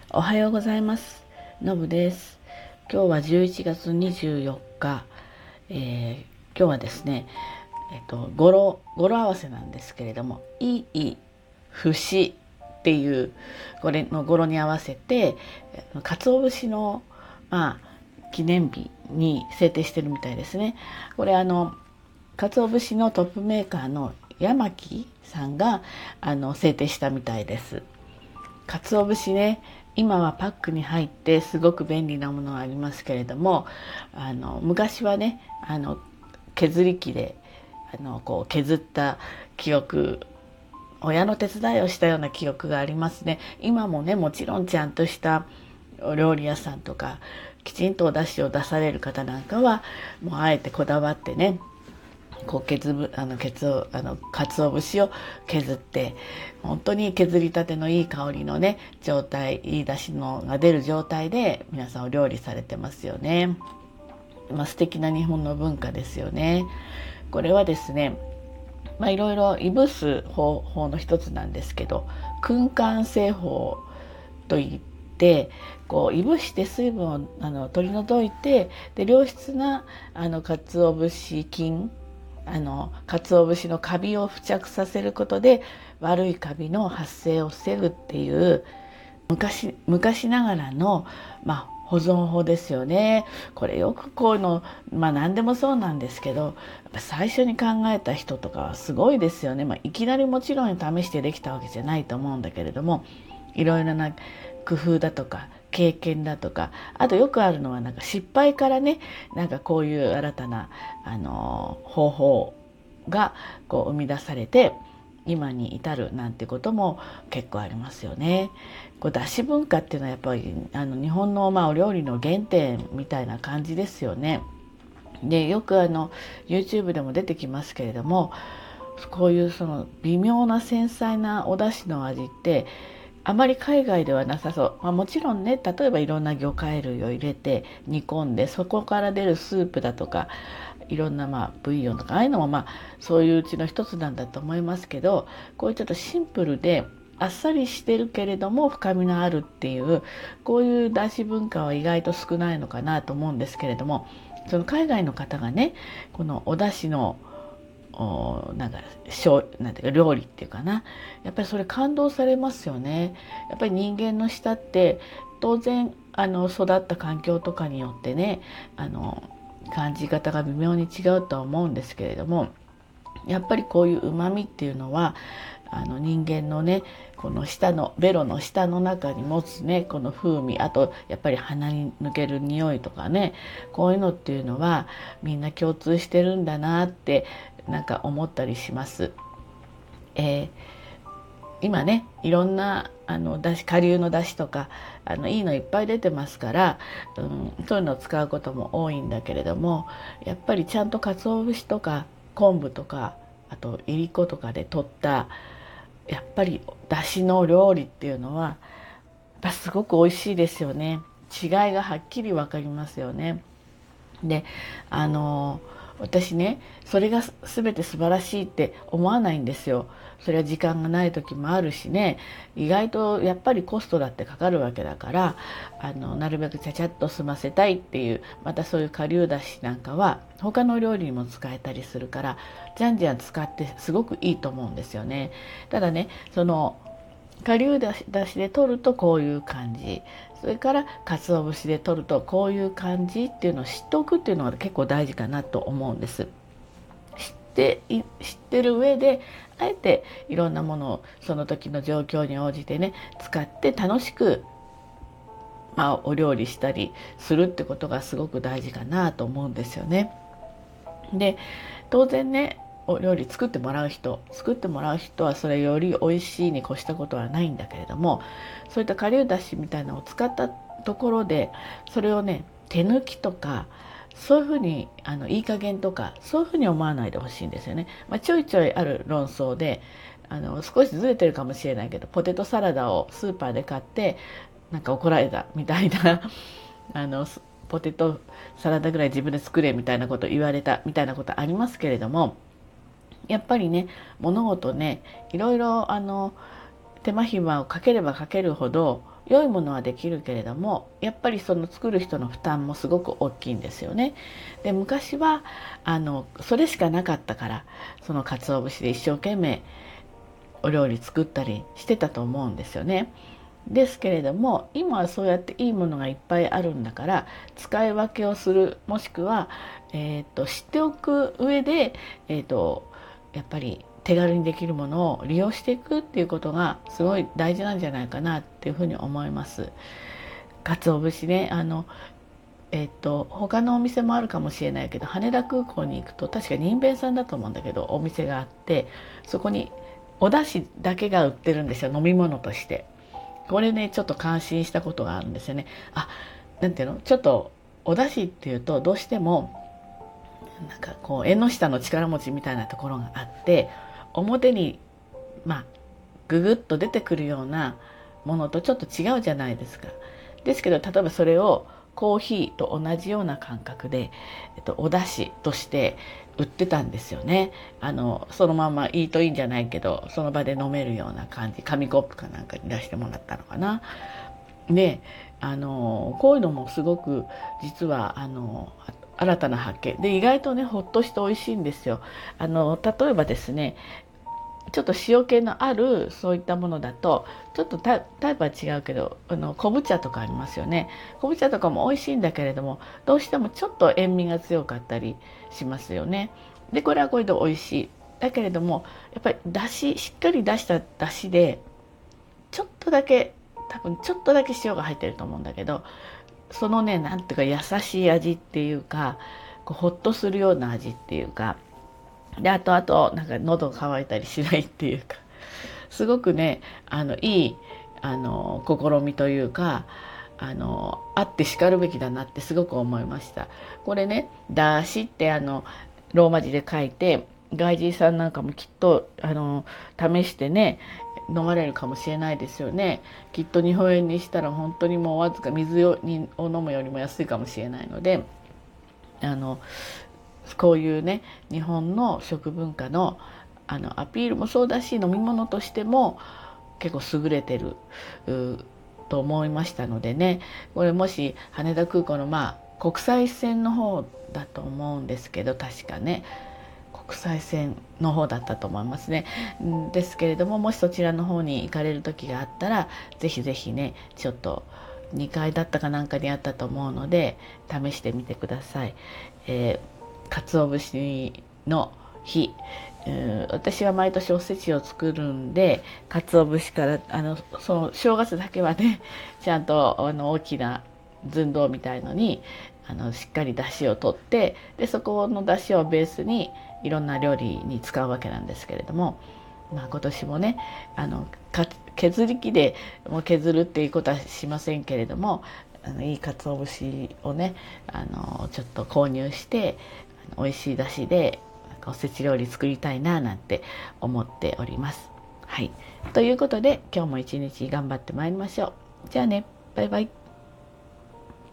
おはようございます。のぶです。今日は11月24日、今日はですね、語呂合わせなんですけれども、いい節っていうこれの語呂に合わせて、鰹節の記念日に制定してるみたいですね。これ鰹節のトップメーカーの山木さんが制定したみたいです。鰹節ね、今はパックに入ってすごく便利なものがありますけれども、昔はね、削り器でこう削った記憶、親の手伝いをしたような記憶がありますね。今もね、もちろんちゃんとしたお料理屋さんとかきちんとお出汁を出される方なんかはもうあえてこだわってね、こう鰹節を削って、本当に削りたてのいい香りのね状態、いい出汁のが出る状態で皆さんお料理されてますよね。素敵な日本の文化ですよね。これはですね、いろいろいぶす方法の一つなんですけど、燻製製法といって、こういぶして水分を取り除いて、で良質な鰹節菌、鰹節のカビを付着させることで悪いカビの発生を防ぐっていう昔ながらの、保存法ですよね。これよくこういうの、何でもそうなんですけど、やっぱ最初に考えた人とかはすごいですよね。いきなりもちろん試してできたわけじゃないと思うんだけれども、いろいろな工夫だとか経験だとか、あとよくあるのは失敗からね、こういう新たな方法がこう生み出されて今に至るなんてことも結構ありますよね。こうだし文化っていうのはやっぱり日本のお料理の原点みたいな感じですよね。でよくYouTube でも出てきますけれども、こういうその微妙な繊細なお出汁の味ってあまり海外ではなさそう。もちろんね、例えばいろんな魚介類を入れて煮込んで、そこから出るスープだとかいろんなブイヨンとか、ああいうのもそういううちの一つなんだと思いますけど、こういうちょっとシンプルであっさりしてるけれども深みのあるっていう、こういう出汁文化は意外と少ないのかなと思うんですけれども、その海外の方がね、このお出汁のなんていうか料理っていうかな、やっぱりそれ感動されますよね。やっぱり人間の舌って当然育った環境とかによってね、感じ方が微妙に違うとは思うんですけれども、やっぱりこういう旨味っていうのは人間のね、このベロの下の中に持つね、この風味、あとやっぱり鼻に抜ける匂いとかね、こういうのっていうのはみんな共通してるんだなって思ったりします。今ね、いろんな顆粒のだしとかいいのいっぱい出てますから、そういうのを使うことも多いんだけれども、やっぱりちゃんと鰹節とか昆布とか、あといりことかで取ったやっぱりだしの料理っていうのはやっぱすごく美味しいですよね。違いがはっきり分かりますよね。で私ね、それが全て素晴らしいって思わないんですよ。それは時間がない時もあるしね、意外とやっぱりコストだってかかるわけだから、なるべくちゃちゃっと済ませたいっていう、またそういう顆粒だしなんかは他の料理にも使えたりするから、じゃんじゃん使ってすごくいいと思うんですよね。ただね、その顆粒だしで取るとこういう感じ、それから鰹節で取るとこういう感じっていうのを知っておくっていうのが結構大事かなと思うんです。知ってる上であえていろんなものをその時の状況に応じてね使って楽しく、お料理したりするってことがすごく大事かなと思うんですよね。で当然ね、お料理作ってもらう人はそれより美味しいに越したことはないんだけれども、そういった顆粒だしみたいなのを使ったところで、それをね手抜きとかそういうふうにいい加減とかそういうふうに思わないでほしいんですよね。ちょいちょいある論争で少しずれてるかもしれないけど、ポテトサラダをスーパーで買って怒られたみたいなあのポテトサラダぐらい自分で作れみたいなこと言われたみたいなことありますけれども、やっぱりね、物事ね、いろいろ手間暇をかければかけるほど良いものはできるけれども、やっぱりその作る人の負担もすごく大きいんですよね。で、昔はそれしかなかったから、その鰹節で一生懸命お料理作ったりしてたと思うんですよね。ですけれども、今はそうやっていいものがいっぱいあるんだから、使い分けをする、もしくは、知っておく上で、やっぱり手軽にできるものを利用していくっていうことがすごい大事なんじゃないかなっていうふうに思います。鰹節ね、他のお店もあるかもしれないけど、羽田空港に行くと確か人弁さんだと思うんだけど、お店があって、そこにお出汁だけが売ってるんですよ、飲み物として。これね、ちょっと感心したことがあるんですよね。なんていうの、ちょっとお出汁っていうとどうしてもなんかこう縁の下の力持ちみたいなところがあって、表にググッと出てくるようなものとちょっと違うじゃないですか。ですけど、例えばそれをコーヒーと同じような感覚で、お出汁として売ってたんですよね。そのままイートインじゃないけど、その場で飲めるような感じ、紙コップかなんかに出してもらったのかな。で、こういうのもすごく実は新たな発見で、意外とね、ほっとして美味しいんですよ。例えばですね、ちょっと塩気のあるそういったものだと、ちょっとタイプは違うけど、昆布茶とかありますよね。昆布茶とかも美味しいんだけれども、どうしてもちょっと塩味が強かったりしますよね。で、これはこれで美味しい。だけれども、やっぱりしっかり出した出汁で、ちょっとだけ、多分ちょっとだけ塩が入ってると思うんだけど、そのね、なんていうか優しい味っていうか、こうほっとするような味っていうか、で、あとなんか喉乾いたりしないっていうか、すごくね、いい試みというか、あってしかるべきだなってすごく思いました。これね、だしってローマ字で書いて、外人さんなんかもきっと試してね、飲まれるかもしれないですよね。きっと日本円にしたら本当にもうわずか水を飲むよりも安いかもしれないので、こういうね、日本の食文化のアピールもそうだし、飲み物としても結構優れてると思いましたのでね、これもし羽田空港の国際線の方だと思うんですけど、確かね、国際線の方だったと思いますね。ですけれども、もしそちらの方に行かれる時があったら、ぜひぜひね、ちょっと2階だったかなんかにあったと思うので、試してみてください。鰹節の日、私は毎年おせちを作るんで、鰹節からその正月だけはね、ちゃんと大きな寸胴みたいのにしっかり出汁を取って、でそこの出汁をベースにいろんな料理に使うわけなんですけれども、今年もね、削り器でもう削るっていうことはしませんけれども、いい鰹節をね、ちょっと購入して美味しい出汁でおせち料理作りたいななんて思っております。はい、ということで今日も一日頑張ってまいりましょう。じゃあね、バイバイ。